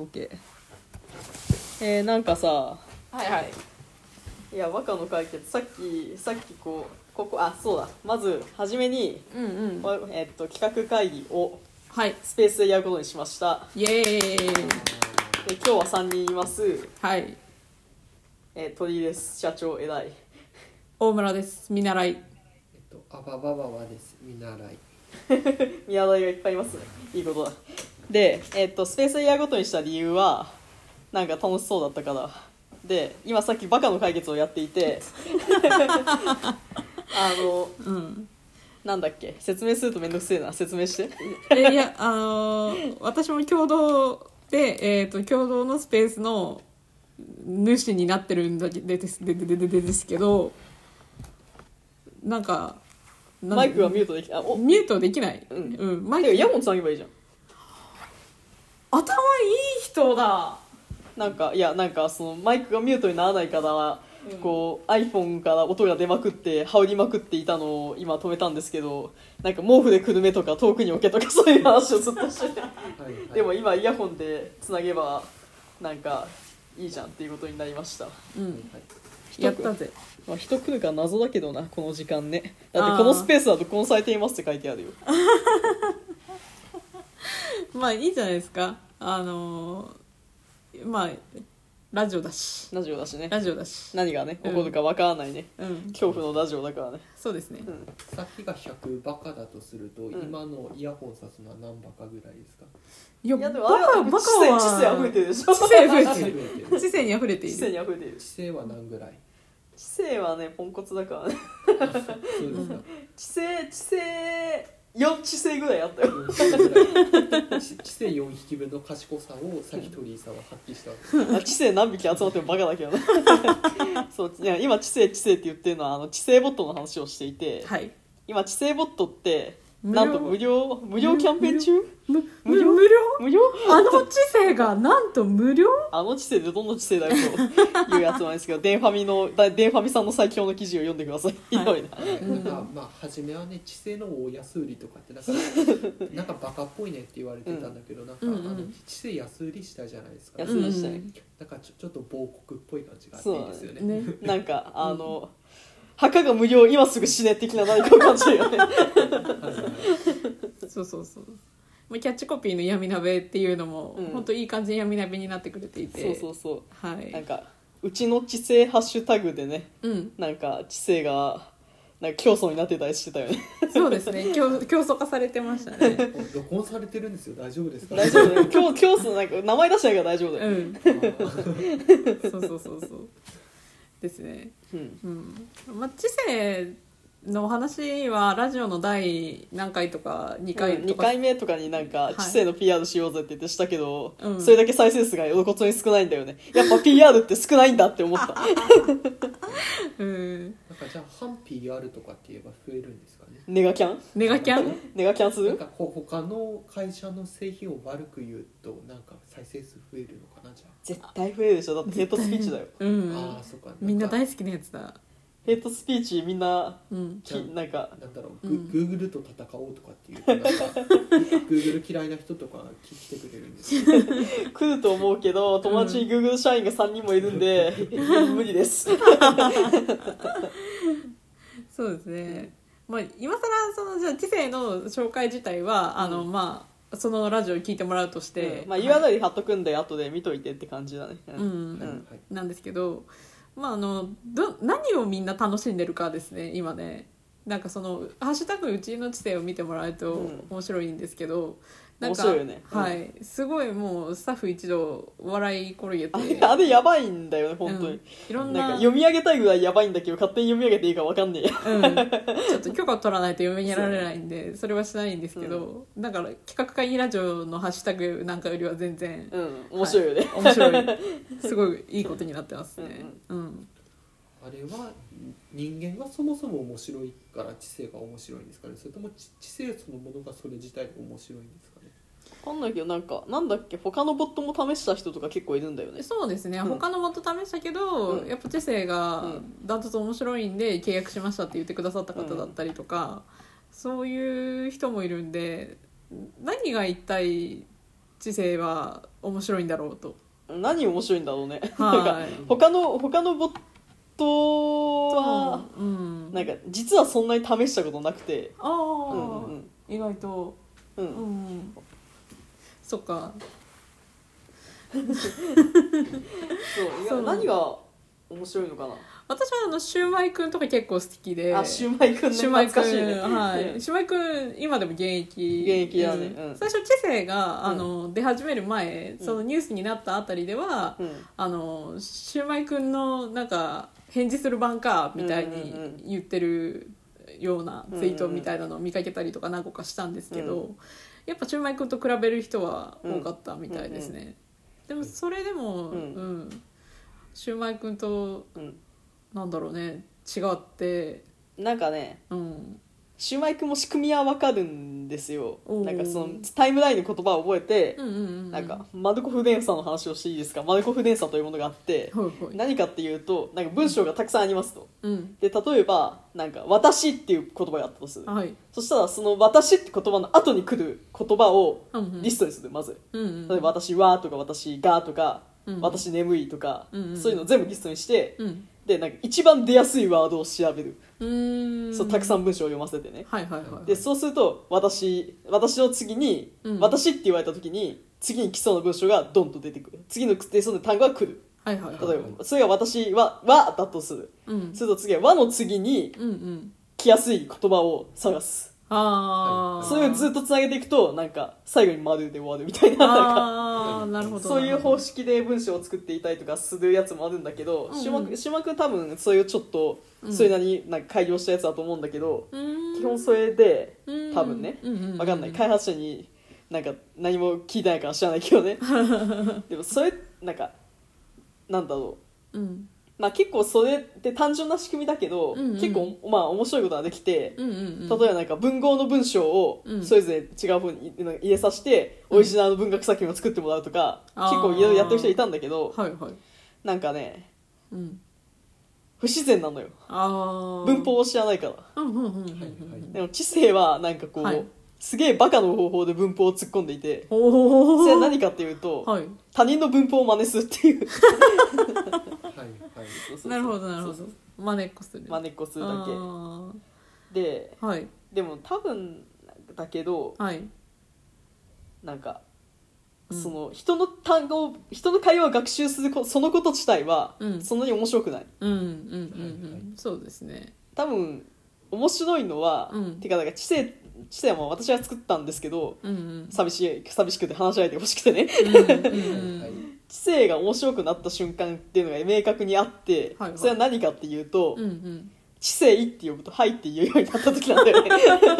OK。なんかさ、 はいはい。 いやバカの解決、さっきここそうだ、まず初めに、企画会議をスペースでやることにしました。 イエーイ。 で今日は3人います。 はい。 鳥です。社長偉い。 大村です。見習い。 アババババです。見習い。 見習いがいっぱいいますね。いいことだ。で、スペースでやることにした理由はなんか楽しそうだったからで、今さっきバカの解決をやっていてなんだっけ、説明するとめんどくせえな。説明して。 いや私も共同で、共同のスペースの主になってるんだですけど、なんかマイクはミュートできない。 ミュートできない。 マイクイヤホンつなげばいいじゃん。 頭いい人だ。 なんかそのマイクがミュートにならないから、こう iPhone から音が出まくって羽織りまくっていたのを今止めたんですけど、なんか毛布でくるめとか遠くに置けとかそういう話をずっとしててでも今イヤホンでつなげばなんかいいじゃんっていうことになりました。 やったぜ。 人来るか謎だけどな、この時間ね。だってこのスペースだと録音されていますって書いてあるよ。 まあいいじゃないですか。まあラジオだしね。何がね起こるかわからないね、恐怖のラジオだからね。 そうですね、 さっきが100バカだとすると、今のイヤホンさすのは何バカぐらいですか？ いやでもあれはバカは知性溢れてるでしょ。 知性に溢れている。 知性は何ぐらい？ 知性はねポンコツだからね。 そうですか。 知性4知性ぐらいあったよ。 知性4匹分の賢さをさっき鳥居さんは発揮したわけです。 知性何匹集まってもバカだけどね。そういや今知性って言ってるのは知性ボットの話をしていて、 はい、 今知性ボットってなんと無料キャンペーン中。 無料知性がなんと無料。 知性でどんな知性だよというやつなんですけど、デンファミさんの最強の記事を読んでください。ひどいな。 まあ初めはね、知性の大安売りとかってなんかバカっぽいねって言われてたんだけど、なんか知性安売りしたじゃないですか。 安売りしたね。 なんかちょっと亡国っぽい感じがあっていいですよね。 なんか墓が無料今すぐ死ね的な何かを感じるよね。 そうキャッチコピーの闇鍋っていうのも、本当いい感じに闇鍋になってくれていて、 はい、なんかうちの知性ハッシュタグでね、なんか知性がなんか競争になってたりしてたよね。 そうですね、競争化されてましたね。 録音されてるんですよ。大丈夫ですか？ 大丈夫だよ。競争なんか名前出しないから大丈夫だよ。 そうですね。まあ、知性の話はラジオの第何回とか2回とか、 2回目とかになんか知性の PR しようぜって言ってしたけど、それだけ再生数が露骨に少ないんだよね。やっぱ PR って少ないんだって思った。なんかじゃあ反 PR とかって言えば増えるんですかね。 ネガキャンする？ なんか他の会社の製品を悪く言うとなんか再生数増えるのかな。じゃあ絶対増えるでしょ。だってヘッドスピーチだよ。 そうか。 みんな大好きなやつだ。 ヘッドスピーチみんな、なんかなんだろう、Google と戦おうとかっていうなんかGoogle 嫌いな人とか来てくれるんですよ。 来ると思うけど、友達に Google 社員が3人もいるんで、無理です。 そうですね。まあ今更じゃあ知性の紹介自体はまあそのラジオ聞いてもらうとして、 まあ URL 貼っとくんで後で見といてって感じだね。 なんですけど。まあ、何をみんな楽しんでるかですね今ね。なんかハッシュタグうちの知性を見てもらうと面白いんですけど、なんか面白いよね、はい、すごいもうスタッフ一同笑い転げて、 あれやばいんだよね本当に、 いろんなんか読み上げたいぐらいやばいんだけど勝手に読み上げていいか分かんねえ、 ちょっと許可を取らないと読み上げられないんでそれはしないんですけど、だから企画会議ラジオのハッシュタグなんかよりは全然、 面白いよね、 面白いすごいいいことになってますね。 あれは人間がそもそも面白いから知性が面白いんですかね。それとも知性そのものがそれ自体が面白いんですかね。 分かんないけどなんだっけ、他のボットも試した人とか結構いるんだよね。 そうですね、他のボット試したけど、やっぱ知性がダントツ面白いんで契約しましたって言ってくださった方だったりとか、そういう人もいるんで、何が一体知性は面白いんだろうと。 何面白いんだろうね。 はいなんか他のボットはなんか実はそんなに試したことなくて、 ああ、意外とそっか。 そう何が面白いのかな。 私はシュウマイくんとか結構好きで。 シュウマイくんね、懐かしいね。 はい。シュウマイくん今でも現役だね。 最初知性が出始める前、そのニュースになったあたりでは、シュウマイくんのなんか返事する番かみたいに言ってるようなツイートみたいなのを見かけたりとか何個かしたんですけど、やっぱシュウマイくんと比べる人は多かったみたいですね。でもそれでも、シュウマイくんと、なんだろうね、違ってなんかね、シュウマイくんも仕組みは分かるんですよ。なんかそのタイムラインの言葉を覚えて、なんかマルコフ連鎖の話をしていいですか。マルコフ連鎖というものがあって、何かっていうとなんか文章がたくさんありますと、で例えばなんか私っていう言葉があったとする、そしたらその私って言葉の後に来る言葉をリストにする。まず、例えば私はとか私がとか、私眠いとか、そういうのを全部リストにして、でなんか一番出やすいワードを調べる。そうたくさん文章を読ませてね、でそうすると私の次に、私って言われた時に次に来そうな文章がドンと出てくる。次の出そうな単語が来る。例えばそれが私はだとする、すると次は和の次に来やすい言葉を探す。それをずっとつなげていくとなんか最後に丸で終わるみたいな、 なるほど、 そういう方式で文章を作っていたりとかするやつもあるんだけど、シュマ君多分そういうちょっとそれなりになんか改良したやつだと思うんだけど、基本それで多分ね、分かんない、開発者になんか何も聞いてないから知らないけどねでもそれなんかなんだろう、まあ、結構それって単純な仕組みだけど、結構まあ面白いことができて、例えばなんか文豪の文章をそれぞれ違う風に入れさせて、オリジナルの文学作品を作ってもらうとか、結構いろいろやってる人いたんだけど、なんかね、不自然なのよ、文法を知らないから。でも知性はなんかこう、すげえバカの方法で文法を突っ込んでいて、それは何かっていうと、他人の文法を真似するっていうなるほどなるほど、真似っこするだけで、でも多分だけど、なんかその人の単語を人の会話を学習するそのこと自体はそんなに面白くない。 そうですね。 多分面白いのは、てかなんか知性はもう私が作ったんですけど、寂しくて話し合えてほしくてね知性が面白くなった瞬間っていうのが明確にあって、それは何かっていうと、知性って呼ぶとはいって言うようになった時なんだよね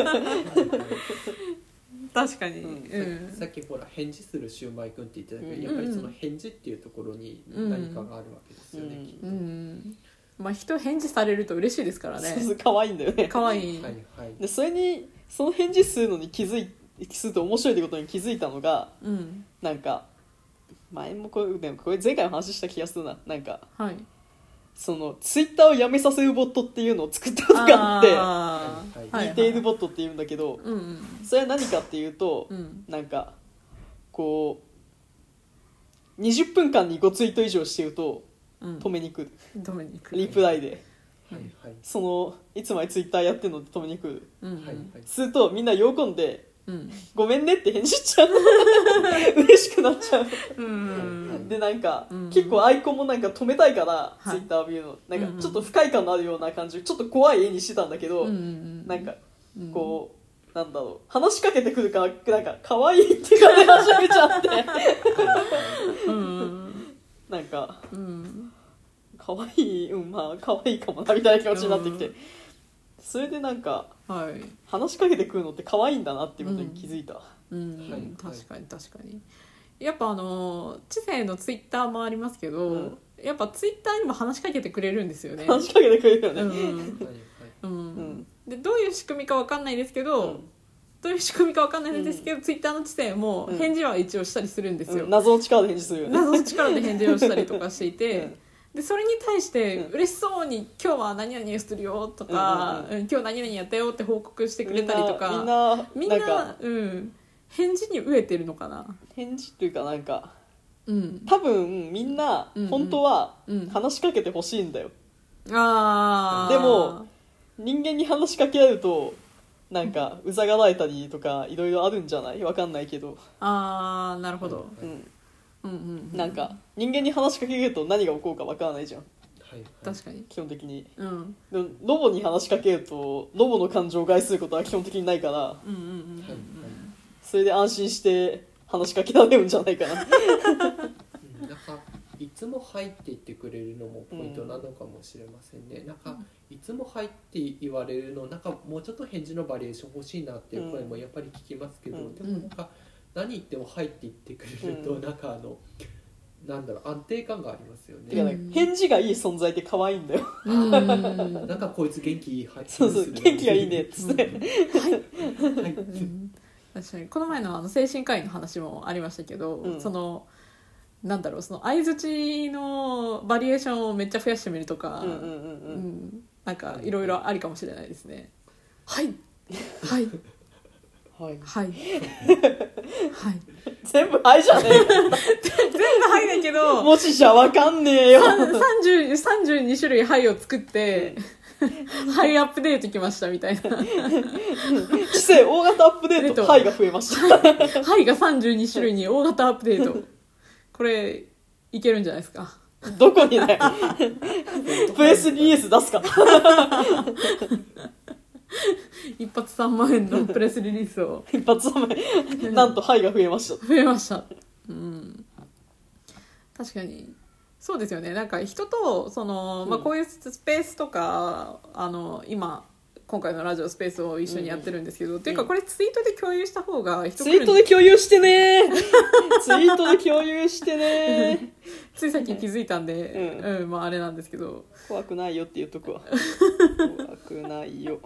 確かに、 さっきほら返事するシュウマイくんって言ってたけど、やっぱりその返事っていうところに何かがあるわけですよね、きっと。 まあ人返事されると嬉しいですからね。 可愛いんだよね。 可愛い。 でそれにその返事するのにすると面白いってことに気づいたのが、なんか前もこれ前回の話した気がするな。なんか、そのツイッターをやめさせるボットっていうのを作ったことがあって、似ているボットっていうんだけど、それは何かっていうと、なんかこう20分間に5ツイート以上してると止めに来る、リプライで、そのいつまでツイッターやってんのって止めに来る、するとみんな喜んで、ごめんねって返事しちゃう嬉しくなっちゃうでなんか、結構アイコンもなんか止めたいから、ツイッターを見るのなんかちょっと不快感のあるような感じ、ちょっと怖い絵にしてたんだけど、なんかこうなんだろう、話しかけてくるからなんか可愛いって感じ始めちゃってなんか、可愛い、まあ可愛いかもなみたいな気持ちになってきて、それでなんか、話しかけてくるのって可愛いんだなっていうことに気づいた。 確かに確かに。やっぱ知性のツイッターもありますけど、やっぱツイッターにも話しかけてくれるんですよね。 話しかけてくれるよね。 でどういう仕組みか分かんないですけど、ツイッターの知性も返事は一応したりするんですよ。 謎の力で返事するよね。 謎の力で返事をしたりとかしていてでそれに対して嬉しそうに今日は何々するよとか、今日何々やったよって報告してくれたりとか、みんな返事に飢えてるのかな。 返事っていうかなんかうん多分みんな本当はうん話しかけてほしいんだよ、 あーでも人間に話しかけられるとなんかうざがられたりとかいろいろあるんじゃない？わかんないけど、 あーなるほど、 うん、 うんうんうん、 なんか人間に話しかけると何が起こるかわからないじゃんはいはい確かに、 基本的に。 うん、 でもロボに話しかけるとロボの感情を害することは基本的にないからうんうんうんはいはいそれで安心して話しかけられるんじゃないかななんかいつも「はい」って言ってくれるのもポイントなのかもしれませんね、なんかいつも「はい」って言われるのなんかもうちょっと返事のバリエーション欲しいなっていう声もやっぱり聞きますけど、 うんでもなんか何言っても「はい」って言ってくれると、なんかなんだろう安定感がありますよてかね、 ね返事がいい存在って可愛いんだようんなんかこいつ元気いい、はい、 そうそう元気がいいねっつって、 はいうん確かにこの前の精神科医の話もありましたけど、 うんそのなんだろうその相づちのバリエーションをめっちゃ増やしてみるとか、 うんうんうんうんなんかいろいろありかもしれないですね。はいはいはいはいはい全部はいじゃねえか全部はいだけどもしじゃわかんねえよ 32種類はいを作ってはいアップデートきましたみたいな規制大型アップデートはいが増えましたはいが32種類に大型アップデートこれいけるんじゃないですか。 どこにねプレスリリース出すか一発3万円のプレスリリースを一発目なんとはいが増えました増えました、うん、確かにそうですよね。なんか人とその、まあ、こういうスペースとか今回のラジオスペースを一緒にやってるんですけど、っていうかこれツイートで共有した方が人ツイートで共有してねツイートで共有してねついさっき気づいたんで、うんまあ、あれなんですけど怖くないよっていうとこは怖くないよ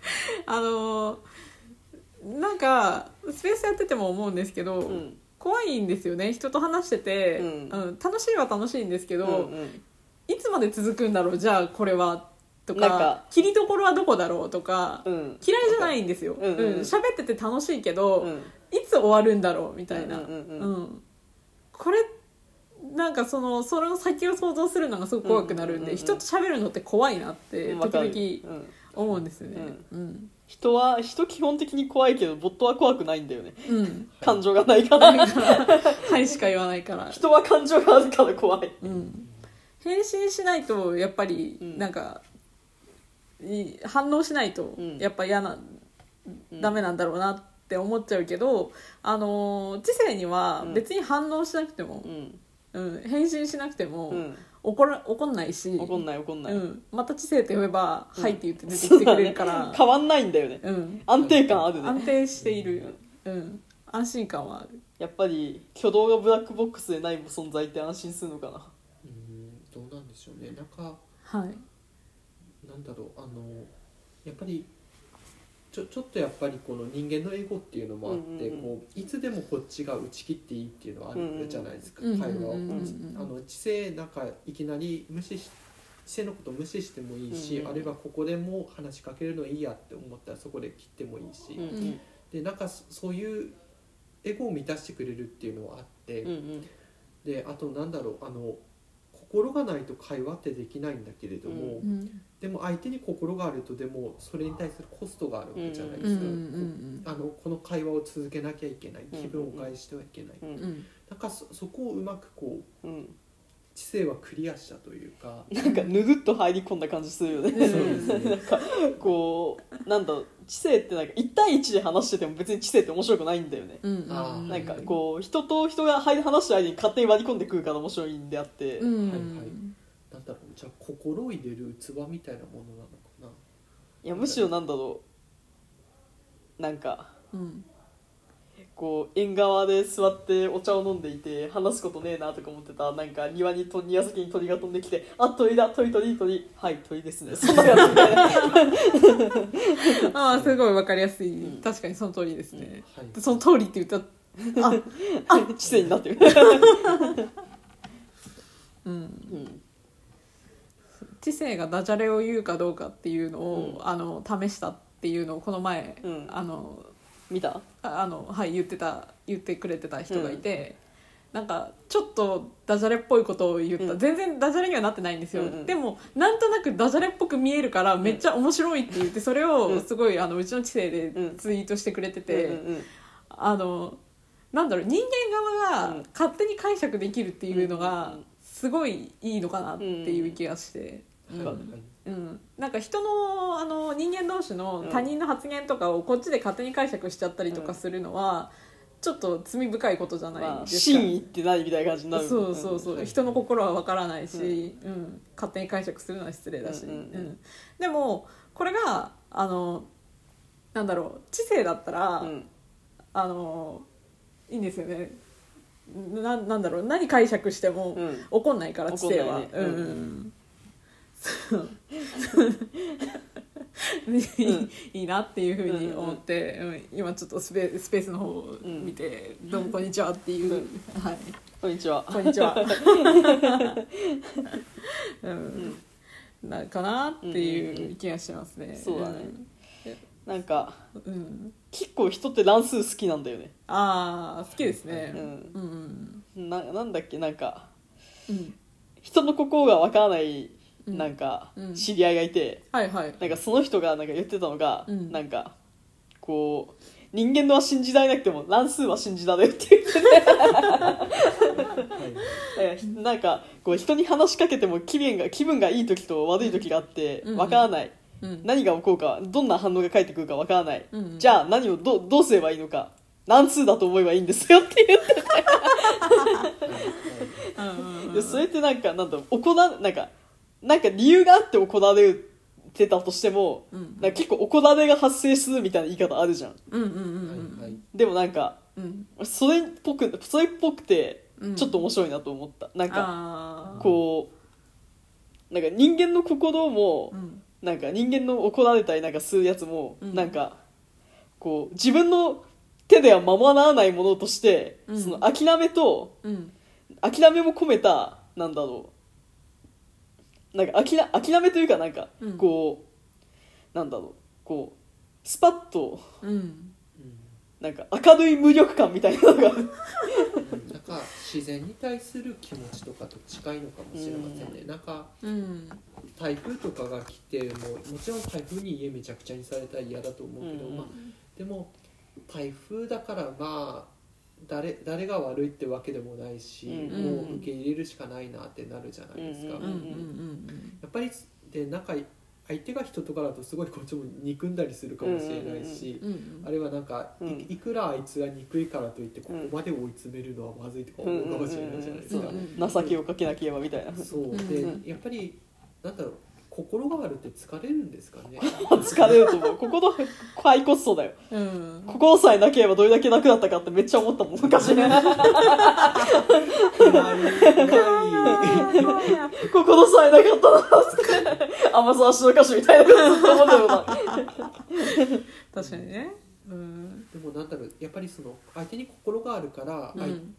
なんかスペースやってても思うんですけど、 うん怖いんですよね。人と話してて、 うん楽しいは楽しいんですけど、 うんうんいつまで続くんだろうじゃあこれはとかなんか切りどころはどこだろうとか、 うん嫌いじゃないんですよ。 うんうん喋ってて楽しいけど、 うんいつ終わるんだろうみたいな、 うんうんうんうんこれなんかその先を想像するのがすごく怖くなるんで、 うんうんうんうん人と喋るのって怖いなって時わかる 々思うんですよね。うん人基本的に怖いけどボットは怖くないんだよねうん感情がないからはいしか言わないから、 人は感情があるから怖いうん、返信しないとやっぱりうんなんか、反応しないとうんやっぱダメなんだろうなって思っちゃうけど、知性には別に反応しなくてもう、ん返信しなくても、 うん怒んないし、 怒んない怒んない、 また知性って呼べば、 うんはいって言って出てきてくれるから、 変わんないんだよね安定感あるね安定している、安心感はある。 やっぱり挙動がブラックボックスでない存在って安心するのかなどうなんでしょうね。なんかはいなんだろうやっぱりちょっとやっぱりこの人間のエゴっていうのもあって、 うんうんうんこういつでもこっちが打ち切っていいっていうのはあるじゃないですか、 うん会話を、 うんうん知性なんかいきなり知性のこと無視してもいいし、 うんうんあるいはここでも話しかけるのいいやって思ったらそこで切ってもいいし、 うんうんでなんかそういうエゴを満たしてくれるっていうのはあって、 うんうんであとなんだろう心がないと会話ってできないんだけれども、 うんでも相手に心があるとでもそれに対するコストがあるわけじゃないですか、 うんうんこの会話を続けなきゃいけない、気分を害してはいけない、 うんうんなんかそこをうまくこううん知性はクリアしたというかなんかぬぐっと入り込んだ感じするよねそうですねなんかこうなんだろう知性ってなんか1対1で話してても別に知性って面白くないんだよね、 うんあーなんかこう人と人が話してる間に勝手に割り込んでくるから面白いんであって、 うんはいはいなんだろうじゃあ心を入れる器みたいなものなのかな。 いやむしろなんだろうなんかうんこう縁側で座ってお茶を飲んでいて話すことねえなとか思ってたなんか庭先に鳥が飛んできてあ鳥だ鳥はい鳥ですねそんなやつみたいなああすごいわかりやすい、 うん確かにその通りですね、 はいその通りって言った知性になってるうんうん知性がダジャレを言うかどうかっていうのを、試したっていうのをこの前、 うん見た？ はい、言ってくれてた人がいて、なんかちょっとダジャレっぽいことを言った、全然ダジャレにはなってないんですよ、でもなんとなくダジャレっぽく見えるからめっちゃ面白いって言って、それをすごいうちの知性でツイートしてくれてて、なんだろう、人間側が勝手に解釈できるっていうのがすごいいいのかなっていう気がして、なんか人の、人間同士の他人の発言とかをこっちで勝手に解釈しちゃったりとかするのはちょっと罪深いことじゃないですか。 真意って何みたいな感じになる。 そうそうそう、人の心は分からないし、勝手に解釈するのは失礼だし、でもこれがなんだろう、知性だったら、いいんですよね。なんだろう、何解釈しても怒んないから、知性は。いいなっていうふうに思って、今ちょっとスペースの方を見て、どうもこんにちはっていう、はい、 こんにちはこんにちはなんかなっていう気がしますね。 そうだね、なんか、結構人って乱数好きなんだよね。 好きですね。 なんだっけ、なんか、人の心がわからないなんか知り合いがいて、なんかその人がなんか言ってたのが、なんかこう人間のは信じられなくても乱数は信じられるって言ってねなんかこう人に話しかけても気分がいい時と悪い時があってわからない、何が起こるか、どんな反応が返ってくるかわからない、じゃあ何をどうすればいいのか、乱数だと思えばいいんですよって言っててそれってなんかなんだろう、なんか理由があって怒られてたとしても、なんか結構怒られが発生するみたいな言い方あるじゃん。でもなんか、それっぽくてちょっと面白いなと思った。なんかこうなんか人間の心も、なんか人間の怒られたりなんかするやつも、なんかこう自分の手では守らないものとして、その諦めも込めた、なんだろう、なんか諦めというか、なんかこう、なんだろう、こうスパッと、なんか明るい無力感みたいなのがなんか自然に対する気持ちとかと近いのかもしれませんね。なんか台風とかが来てもちろん台風に家めちゃくちゃにされたら嫌だと思うけど、でも台風だからまあ誰が悪いってわけでもないし、もう受け入れるしかないなってなるじゃないですか。やっぱりでなんか相手が人とかだとすごいこっちも憎んだりするかもしれないし、あるいはなんか いくらあいつが憎いからといってここまで追い詰めるのはまずいとか思うかもしれないじゃないですか。 情けをかけなければみたいな。 そうでやっぱりなんだろう、心があるって疲れるんですかね。 疲れると思う。心ハイコストだよ、心さえなければどれだけ楽だったかってめっちゃ思ったもん昔心さえなかったな甘沢しの歌手みたいなことずっと思ってるな確かにね。 でもなんだろう、やっぱりその相手に心があるから、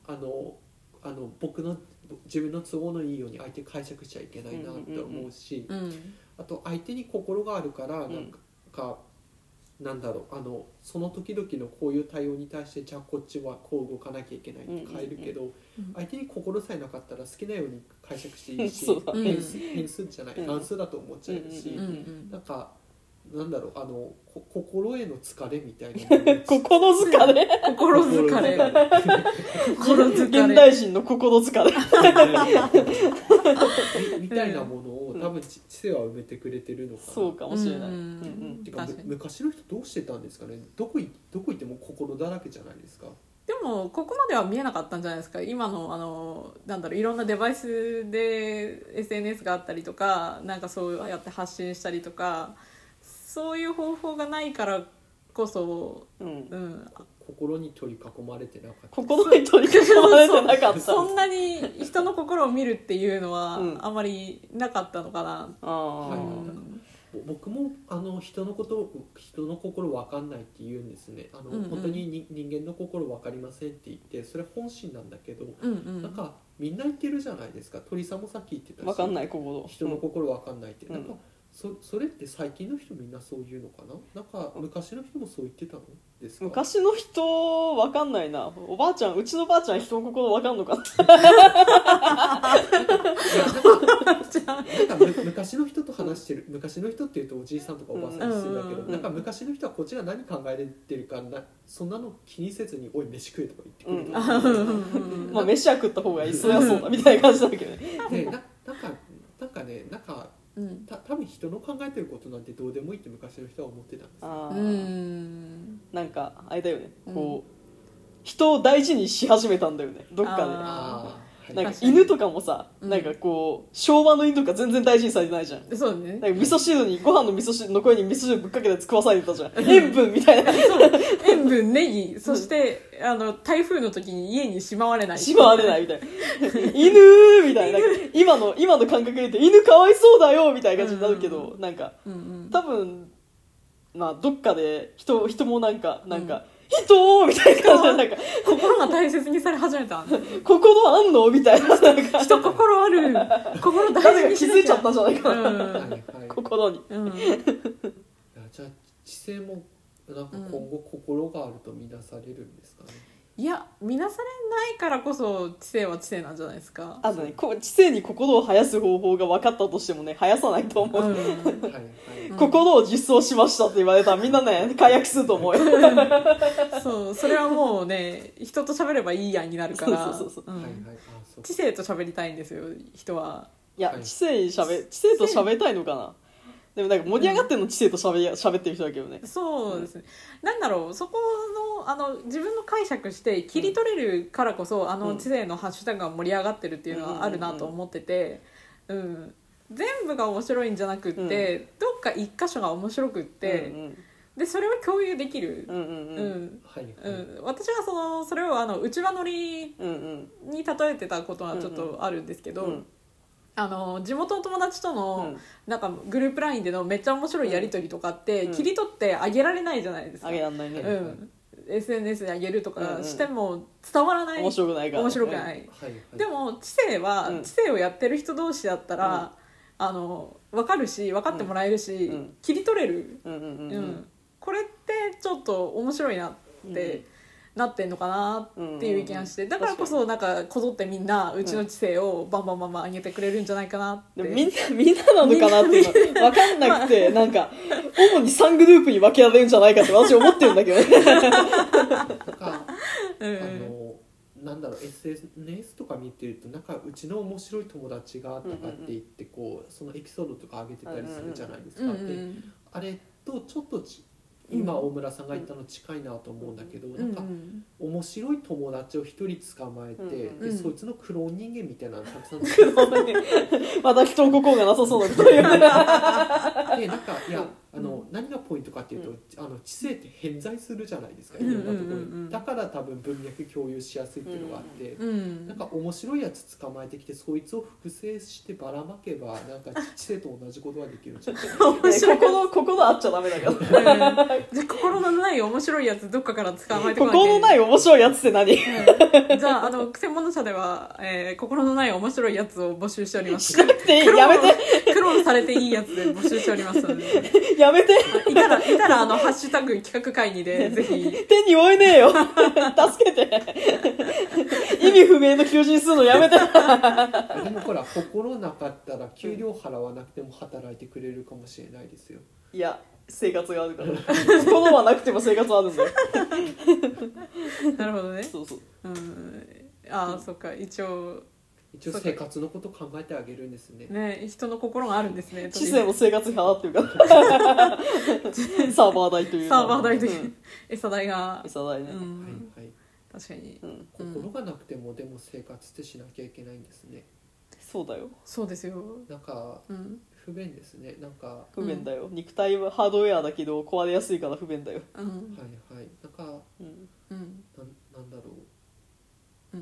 自分の都合のいいように相手解釈しちゃいけないなって思うし、あと相手に心があるからなんだろう、その時々のこういう対応に対してじゃあこっちはこう動かなきゃいけないって変えるけど、相手に心さえなかったら好きなように解釈していいし、変数じゃない乱数だと思っちゃうし、なんかなんだろう、心への疲れみたいな心疲れ現代人の心疲れみたいなものを多分知性は埋めてくれてるのかな。 そうかもしれない。 てか昔の人どうしてたんですかね。どこ行っても心だらけじゃないですか。 でもここまでは見えなかったんじゃないですか。今のなんだろう、いろんなデバイスで SNS があったりとか、なんかそうやって発信したりとか、そういう方法がないからこそ、 心に取り囲まれてなかった。 心に取り囲まれてなかった。 そんなに人の心を見るっていうのはあまりなかったのかな。 僕も人の心分かんないって言うんですね。本当に人間の心分かりませんって言って、それ本心なんだけど、なんかみんな言ってるじゃないですか。鳥さんもさっき言ってたし、 分かんない心、 人の心分かんないって、なんかそれって最近の人みんなそういうのかな。なんか昔の人もそう言ってたのですか。 昔の人わかんないな。おばあちゃん、うちのばあちゃん人の心わかんのかな。 なんか昔の人と話してる、昔の人っていうとおじいさんとかおばあさんにするんだけど、なんか昔の人はこっちが何考えてるかそんなの気にせずに「おい飯食え」とか言ってくる、 まあ飯は食った方がいい、そりゃそうだみたいな感じだけどね。 でなんかね、なんか多分人の考えてることなんてどうでもいいって昔の人は思ってたんですよ。 なんかあれだよね、こう人を大事にし始めたんだよね、どっかで。なんか犬とかもさ、なんかこう昭和の犬とか全然大事にされてないじゃん。 そうね。 なんか味噌汁にご飯の味噌汁残りに味噌汁ぶっかけて食わされてたじゃん。塩分みたいな。 塩分、ネギ、そして台風の時に家にしまわれない。 しまわれないみたいな。犬みたいな。今の感覚で言うと犬かわいそうだよみたいな感じになるけど、なんか多分まあどっかで人もなんか人みたいな感じで、なんか心が大切にされ始めた。 心あんのみたいな、なんか人心ある、心大事にしなきゃ。 気づいちゃったんじゃないかな、心に。 じゃあ知性もなんか今後心があるとみなされるんですかね。 いや、見なされないからこそ知性は知性なんじゃないですか。 あのね、知性に心を生やす方法が分かったとしてもね、生やさないと思う。心を実装しましたって言われたらみんなね解約すると思うよ。 そう、それはもうね、人と喋ればいいやんになるから。知性と喋りたいんですよ、人は。 いや、知性と喋りたいのかな。でもなんか盛り上がってるの知性と喋ってる人だけどね。 そうですね。なんだろう、そこの自分の解釈して切り取れるからこそ、知性のハッシュタグが盛り上がってるっていうのはあるなと思ってて、全部が面白いんじゃなくって、どっか一箇所が面白くって、でそれを共有できる。私はそれを内輪乗りに例えてたことはちょっとあるんですけど。地元の友達とのなんかグループ LINE でのめっちゃ面白いやり取りとかって切り取ってあげられないじゃないですか。 あげられないね。 SNS にあげるとかしても伝わらない。 面白くないから。 面白くない。でも知性は知性をやってる人同士だったら分かるし分かってもらえるし切り取れる。これってちょっと面白いなってなってんのかなっていう意見がして、だからこそなんかこぞってみんなうちの知性をバンバン上げてくれるんじゃないかなって。 みんななのかなっていうの分かんなくて、なんか主に3グループに分けられるんじゃないかって私思ってるんだけどね。 なんだろう、 SNS とか見てるとなんかうちの面白い友達がとかって言ってこうそのエピソードとか上げてたりするじゃないですか。あれとちょっと今大村さんが言ったの近いなと思うんだけど、なんか面白い友達を一人捕まえて、でそいつのクローン人間みたいなのたくさん作ってまた人の心がなさそうなこと言う。でなんかいや何がポイントかっていうと、知性って偏在するじゃないですか、いろんなところに。だから多分文脈共有しやすいっていうのがあって、なんか面白いやつ捕まえてきてそいつを複製してばらまけばなんか知性と同じことができるんじゃないですか。 心あっちゃダメだけど。 じゃあ心のない面白いやつどっかから捕まえてこなきゃ。 心のない面白いやつって何？ じゃあ専門社では、心のない面白いやつを募集しております。 しなくていい、やめて。 クローンされていいやつで募集しておりますので。 やめて。 いたらハッシュタグ企画会議でぜひ。 手に負えねえよ。助けて。意味不明の求人するのやめて。 でもほら心なかったら給料払わなくても働いてくれるかもしれないですよ。 いや生活があるから。心はなくても生活はあるんだよ。 なるほどね。 そうそう。 そっか、一応生活のこと考えてあげるんですね。 ね、人の心があるんですね。 知性も生活費払ってるから。サーバー代という。 サーバー代という。餌代が。 餌代ね。 確かに。 心がなくてもでも生活ってしなきゃいけないんですね。 そうだよ。 そうですよ。 なんか不便ですね。なんか不便だよ。肉体はハードウェアだけど壊れやすいから不便だよ。 はいはい。なんかなんだろう。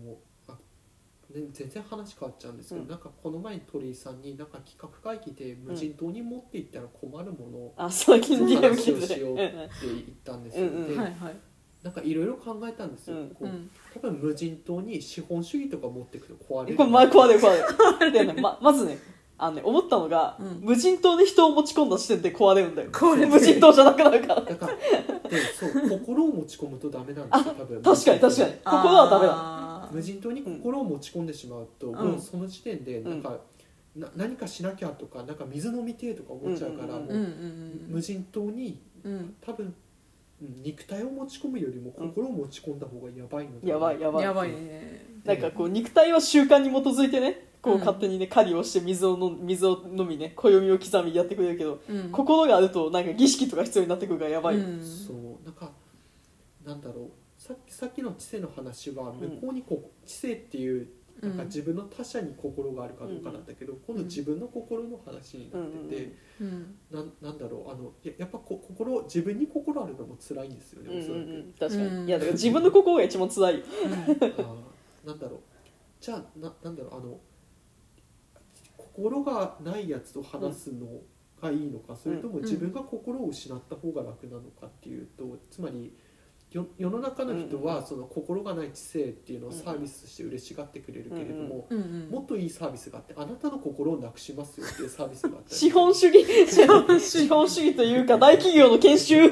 全然話変わっちゃうんですけど、なんかこの前に鳥居さんになんか企画会議で無人島に持って行ったら困るものを話をしようって言ったんですよね。なんかいろいろ考えたんですよ。多分無人島に資本主義とか持ってくと壊れる。 壊れる。でね、まずね、 思ったのが、 うん、 無人島で人を持ち込んだ時点で壊れるんだよ。 無人島じゃなくなるから。 だからでそう心を持ち込むとダメなんですよ多分。 確かに心はダメだ。 無人島に心を持ち込んでしまうと、もうその時点でなんか、何かしなきゃとか、なんか水飲みてえとか思っちゃうから、もう無人島に多分肉体を持ち込むよりも心を持ち込んだ方がやばいので、 やばいね。 なんかこう肉体は習慣に基づいてね、こう勝手にね狩りをして水を飲みね、暦を刻みやってくれるけど、心があるとなんか儀式とか必要になってくるからやばい。 そうなんかなんだろう、さっきの知性の話は向こうに知性っていうなんか自分の他者に心があるかどうかなんだけど、今度自分の心の話になってて、なんだろう、やっぱ自分に心あるのも辛いんですよね、おそらく。 確かに。いやだから自分の心が一番辛いよ。 なんだろう、じゃあなんだろう、心がないやつと話すのがいいのか、それとも自分が心を失った方が楽なのかっていうと、つまり世の中の人はその心がない知性っていうのをサービスとして嬉しがってくれるけれども、もっといいサービスがあって、あなたの心をなくしますよっていうサービスがあったり、 資本主義というか大企業の研修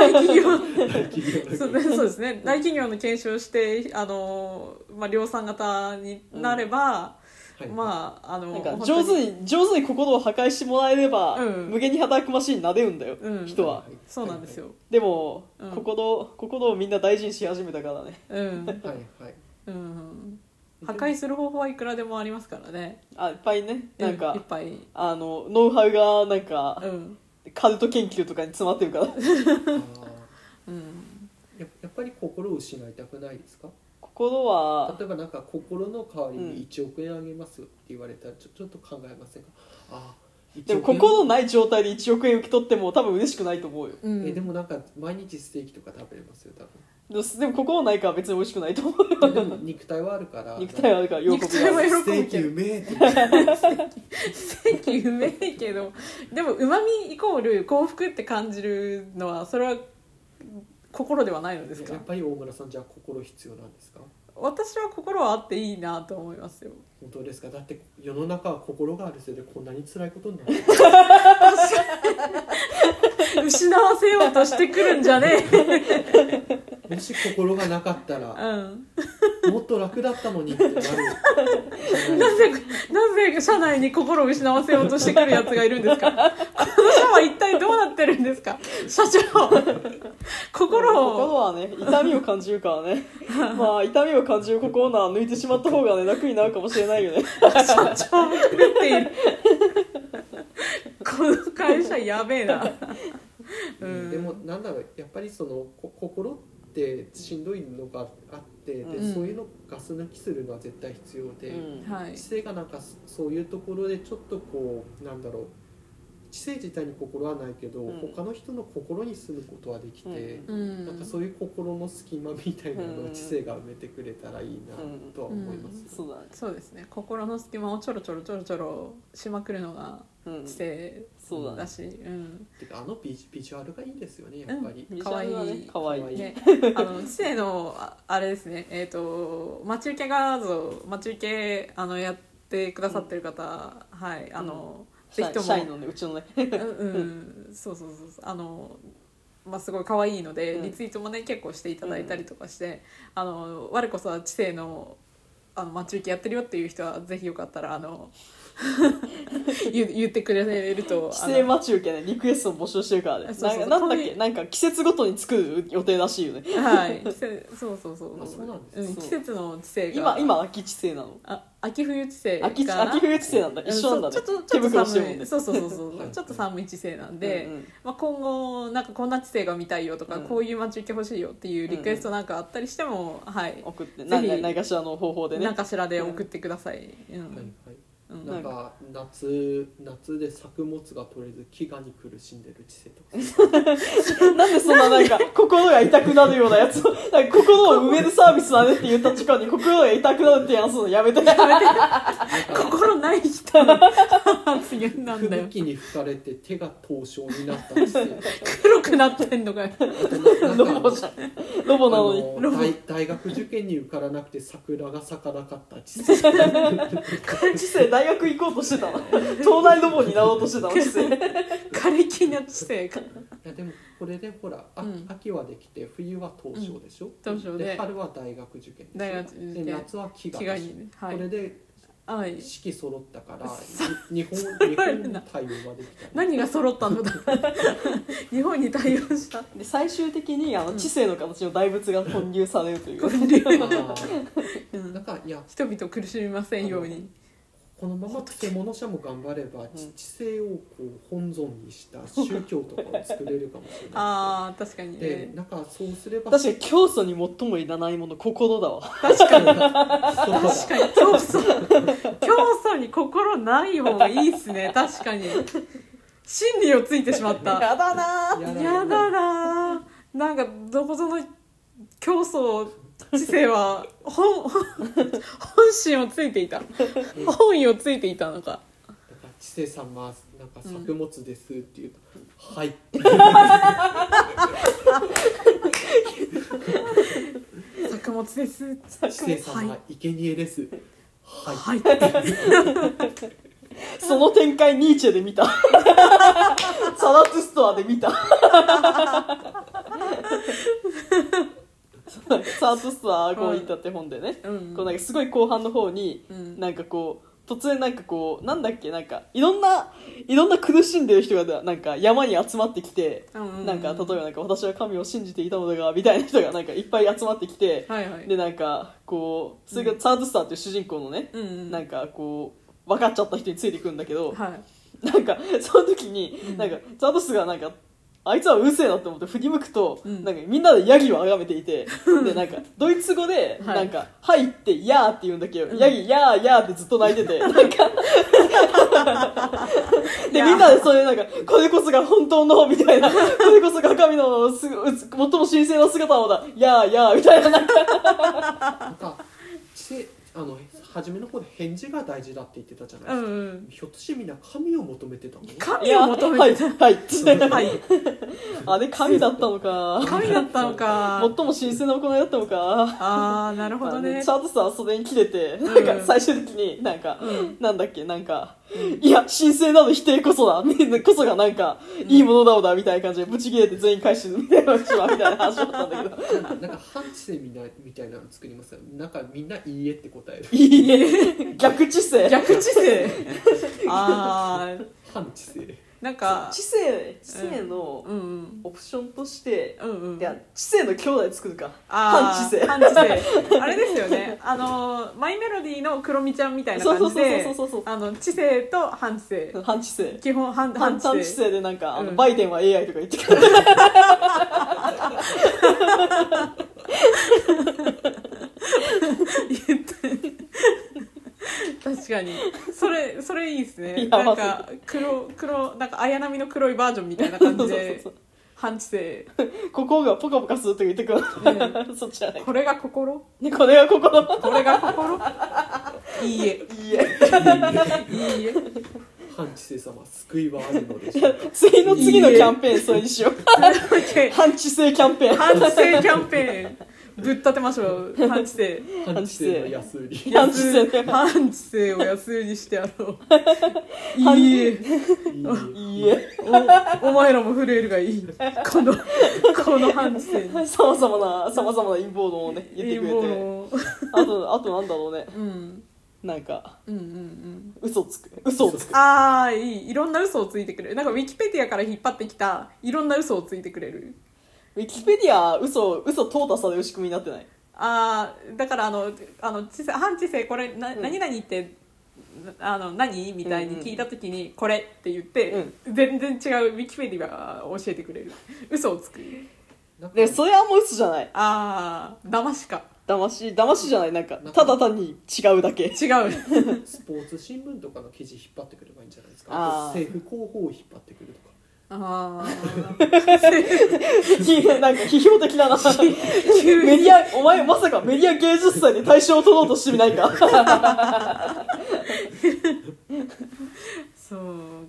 そうですね、大企業の研修をして量産型になれば、 なんか上手に心を破壊してもらえれば、無限に働くマシンになれるんだよ、人は。 そうなんですよ。 でも、心をみんな大事にし始めたからね。 破壊する方法はいくらでもありますからね。 いっぱいね。なんか、 いっぱいノウハウがなんか、カルト研究とかに詰まってるから。 やっぱり心を失いたくないですか？ 心は例えばなんか心の代わりに1億円あげますって言われたらちょっと考えませんか？ でも心ない状態で1億円受け取っても多分嬉しくないと思うよ。 でもなんか毎日ステーキとか食べれますよ多分。 でも心ないから別に美味しくないと思うよ。 でも肉体はあるから喜びがある。 ステーキうめえってステーキうめえけど、でもうまみイコール幸福って感じるのはそれは心ではないのですか？ やっぱり大村さんじゃあ心必要なんですか？ 私は心はあっていいなと思いますよ。 本当ですか？だって世の中は心があるせいでこんなに辛いことになって失わせようとしてくるんじゃねえもし心がなかったら、もっと楽だったのにってなるなぜ社内に心を失わせようとしてくるやつがいるんですか？この社は一体どうなってるんですか？社長心はね、痛みを感じるからね痛みを感じる心なら抜いてしまった方がね楽になるかもしれないよね。 社長も狂っているこの会社やべえな。 でもなんだろう、やっぱりその心ってしんどいのがあって、でそういうのガス抜きするのは絶対必要で、知性がなんかそういうところでちょっとこうなんだろう、知性自体に心はないけど、他の人の心に住むことはできて、なんかそういう心の隙間みたいなのを知性が埋めてくれたらいいなとは思います。 そうですね、心の隙間をちょろちょろしまくるのが知性だし、 てかビジュアルがいいですよね、やっぱり。 かわいい、 かわいいね。知性のあれですね、待ち受け画像、待ち受けやってくださってる方、ぜひとも社員のね、うちのねそうすごい可愛いので、リツイートもね結構していただいたりとかして、我こそは知性の待ち受けやってるよっていう人はぜひよかったら言ってくれると。 知性待ち受けね、リクエストも募集してるからね。なんだっけ、なんか季節ごとに作る予定らしいよね。 そうなんです。 季節の知性が今秋知性なの。 秋冬知性かな。 秋冬知性なんだ。一緒なんだね。 ちょっと寒い。そうちょっと寒い知性なんで、今後なんかこんな知性が見たいよとか、こういう待ち受け欲しいよっていうリクエストなんかあったりしても、 送って何かしらの方法でね。 何かしらで送ってください。 なんか夏で作物が取れず飢餓に苦しんでる知性とかなんでそんななんか心が痛くなるようなやつをなんか心を埋めるサービスだねって言った時間に心が痛くなるってやつのやめて心ない人の発いやなんだよ、 吹雪に吹かれて手が凍傷になったんですよ。 黒くなってんのかよ。 ロボじゃん、ロボなのに。 大学受験に受からなくて桜が咲かなかった知知性大学行こうとしてたの。東大ロボになろうとしてたの知性。 枯れ木な知性か。 いやでもこれでほら、秋はできて冬は凍傷でしょ、 凍傷で春は大学受験大学で夏は飢餓でしょ、 ね、はい、 これではい、 四季揃ったから日本に対応ができた。 何が揃ったのだ日本に対応したで最終的に知性の形の大仏が混入されるという、 なんかいや人々苦しみませんように、 このまま獣者も頑張れば知性をこう本尊にした宗教とかを作れるかもしれない。 あー確かにね。 でなんかそうすれば確かに教祖に最もいらないもの心だわ。 確かに教祖に心ない方がいいっすね。確かに真理をついてしまった。 やだなーやだなー。なんかどこぞの教祖知性は本心をついていた、本意をついていたのか。 知性様なんか作物ですって言うと、はい作物です。 知性様生贄です、はい、 はい、 その展開ニーチェで見た。サラトゥストアで見た。サートスターこういったって本でね、こうなんかすごい後半の方に、なんかこう突然なんかこうなんだっけ、なんかいろんな苦しんでる人がなんか山に集まってきて、なんか例えばなんか私は神を信じていたのだがみたいな人がなんかいっぱい集まってきて、でなんかこうそれがサートスターっていう主人公のね、なんかこう分かっちゃった人についていくんだけど、なんかその時になんかサートスがなんかあいつはうるせえなって思って振り向くと、なんかみんなでヤギを崇めていて、でなんかドイツ語でなんか「はい」って「やー」って言うんだけど、ヤギ「やーやー」ってずっと泣いてて、なんかでみんなでそれなんかこれこそが本当のみたいな、これこそが神の最も神聖な姿なのだ、やーやーみたいな、なんか初めの方で返事が大事だって言ってたじゃないですか、ひょっとしてみんな神を求めてたの？ 神を求めてた。 はいあれ神だったのか。 神だったのか。 最も神聖な行いだったのか。 あーなるほどね。 ちゃんとさそれに切れて、なんか最終的になんか、なんだっけ、なんか、いや神聖なの否定こそだ、こそがなんかいいものだろうだみたいな感じでブチ切れて全員返してるみたいな話だったんだけど、 なんか反知性みたいなの作りますよ。なんかみんないいえって答える。 いいえ、逆知性。 逆知性。あー反知性。 なんか知性のオプションとして、いや知性の兄弟作るか。反知性。 あれですよね。マイメロディーのクロミちゃんみたいな感じで、知性と反知性。 反知性。 基本反知性でなんかバイデンは AI とか言ってくる。 確かにそれいいですね。なんか黒なんか綾波の黒いバージョンみたいな感じで反知性。 心がポカポカすると言ってくる。そっちじゃない。 これが心？ ね、これが心。 これが心？いいえ。いいえ。 反知性様救いはあるのでしょうか。 次のキャンペーンそれにしよう。反知性キャンペーン。 反知性キャンペーン。ぶっ立てましょう。反知性の安売り。 反知性を安売りしてやろう。いいえ。 いいえ。 お前らも震えるがいい。この反知性に。 さまざまな陰謀論をね言ってくれて。あとなんだろうね。なんか、嘘をつく。 ああ、いろんな嘘をついてくれる。なんかウィキペディアから引っ張ってきたいろんな嘘をついてくれる。 ウィキペディア嘘淘汰される仕組みになってない？ だから反知性これ何々って何みたいに聞いた時にこれって言って、全然違うウィキペディアを教えてくれる。嘘をつく。 でそれはもう嘘じゃない。 騙しか。 騙しじゃない。なんかただ単に違うだけ。違う。 スポーツ新聞とかの記事引っ張ってくればいいんじゃないですか。あと政府広報を引っ張ってくるとか。 なんか批評的だな。メディア、お前まさかメディア芸術祭で大賞を取ろうとしてみないか。 そう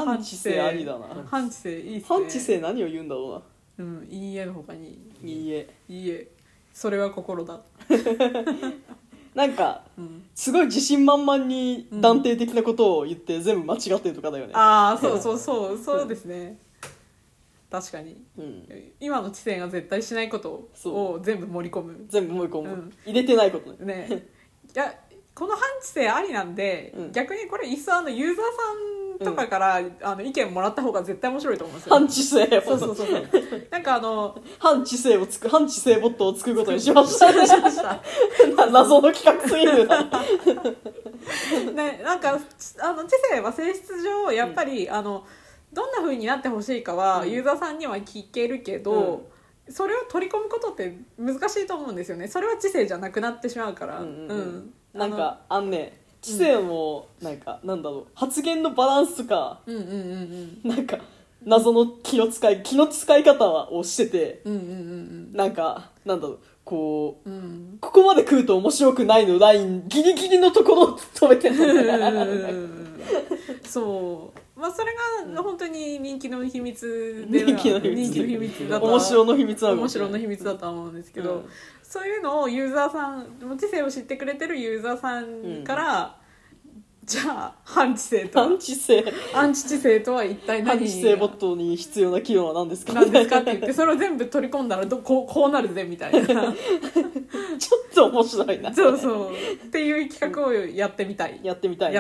反知性ありだな。 反知性いいっすね。 反知性何を言うんだろうん、いいえの他にうな。いいえ。 いいえ、それは心だ。 なんかうん、 すごい自信満々に断定的なことを言って全部間違ってるとかだよね。 ああ、そうそうそうそうですね。確かにうん、 今の知性が絶対しないことを全部盛り込む。 全部もう一個も、 うん入れてないことね。 ね、いやこの反知性ありなんで、 うん逆にこれいっそユーザーさんとかから、意見もらった方が絶対面白いと思うんですよ。 反知性そうそうそうそう。なんか反知性ボットを作ることにしました謎の企画すぎるな。 ね、なんか知性は性質上やっぱり、どんな風になってほしいかは、ユーザーさんには聞けるけど、それを取り込むことって難しいと思うんですよね。それは知性じゃなくなってしまうから。 なんか知性もなんかなんだろう、発言のバランスとか、なんか謎の気の使い方をしてて、なんかなんだろう、こう、ここまで来ると面白くないのラインギリギリのところを止めてる。 そうまあそれが本当に人気の秘密で人気の秘密だと面白の秘密だと思うんですけど、そういうのをユーザーさん、知性を知ってくれてるユーザーさんから、じゃあ反知性とはアンチ知性とは一体何、 反知性ボットに必要な機能は何ですかって言ってそれを全部取り込んだらこうなるぜみたいなちょっと面白いな。 そうそうっていう企画をやってみたい。企画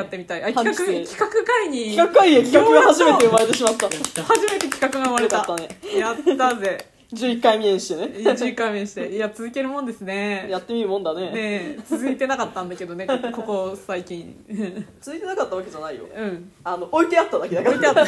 会が初めて生まれてしまった。 初めて企画が生まれた。 よかったね。 やったぜ。 11回目にしてね。 11回目にして。いや、続けるもんですね。 やってみるもんだね。 ね、続いてなかったんだけどね、ここ最近。 続いてなかったわけじゃないよ。 うん。 置いてあっただけだから。 置いてあった。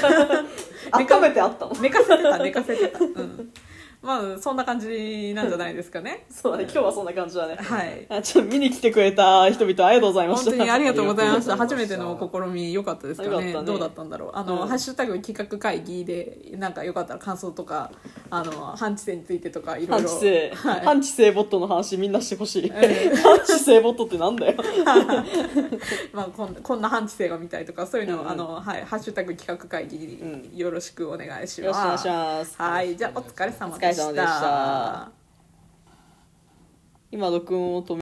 温めてあったの。 寝かせてた。うん。まあそんな感じなんじゃないですかね。 そうだね、今日はそんな感じだね。 はい。 ちょっと見に来てくれた人々ありがとうございました。 本当にありがとうございました。初めての試み良かったですかね。どうだったんだろう。ハッシュタグ企画会議でなんかよかったら感想とか反知性についてとかいろいろ。 反知性ボットの話みんなしてほしい。反知性ボットってなんだよ。 まあこんな反知性が見たいとかそういうのをハッシュタグ企画会議によろしくお願いします。 よろしくお願いします。 はい、じゃあお疲れ様でした。 今録音を止め